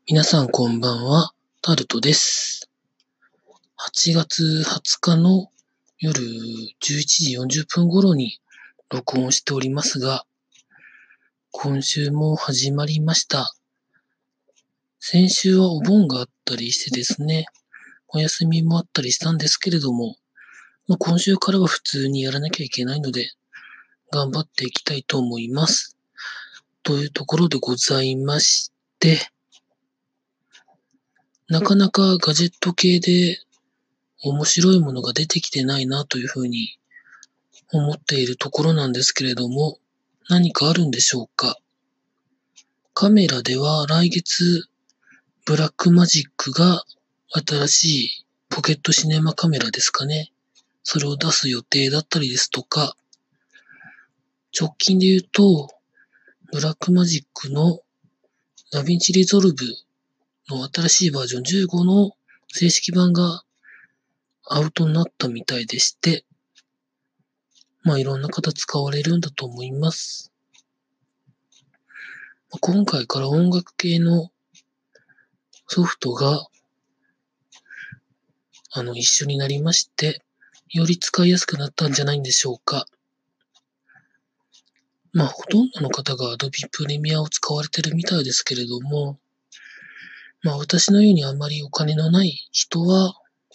皆さんこんばんは、タルトです。8月20日の夜11時40分頃に録音しておりますが、今週も始まりました。先週はお盆があったりしてですね、お休みもあったりしたんですけれども、今週からは普通にやらなきゃいけないので、頑張っていきたいと思います。というところでございまして、なかなかガジェット系で面白いものが出てきてないなというふうに思っているところなんですけれども、何かあるんでしょうか。カメラでは来月ブラックマジックが新しいポケットシネマカメラですかね。それを出す予定だったりですとか、直近で言うと、ブラックマジックのダヴィンチリゾルブの新しいバージョン15の正式版がアウトになったみたいでして、いろんな方使われるんだと思います。今回から音楽系のソフトが一緒になりまして、より使いやすくなったんじゃないんでしょうか。ほとんどの方が Adobe Premiere を使われてるみたいですけれども、私のようにあまりお金のない人は、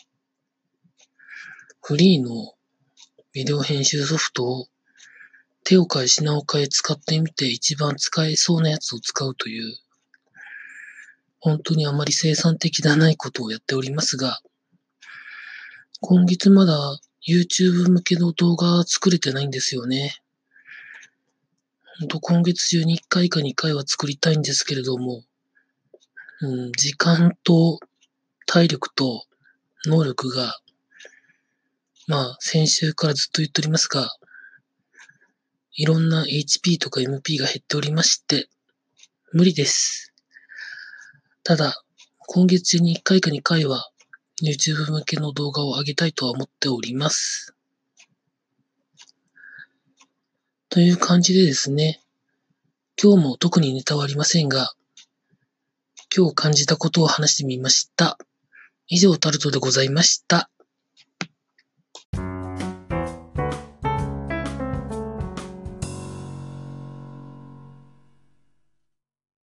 フリーのビデオ編集ソフトを手を変え品を変え使ってみて一番使えそうなやつを使うという、本当にあまり生産的ではないことをやっておりますが、今月まだ YouTube 向けの動画作れてないんですよね。今月中に1回か2回は作りたいんですけれども、時間と体力と能力が、先週からずっと言っておりますが、いろんな HP とか MP が減っておりまして、無理です。ただ、今月中に1回か2回は YouTube 向けの動画を上げたいとは思っております。という感じでですね、今日も特にネタはありませんが、今日感じたことを話してみました。以上タルトでございました。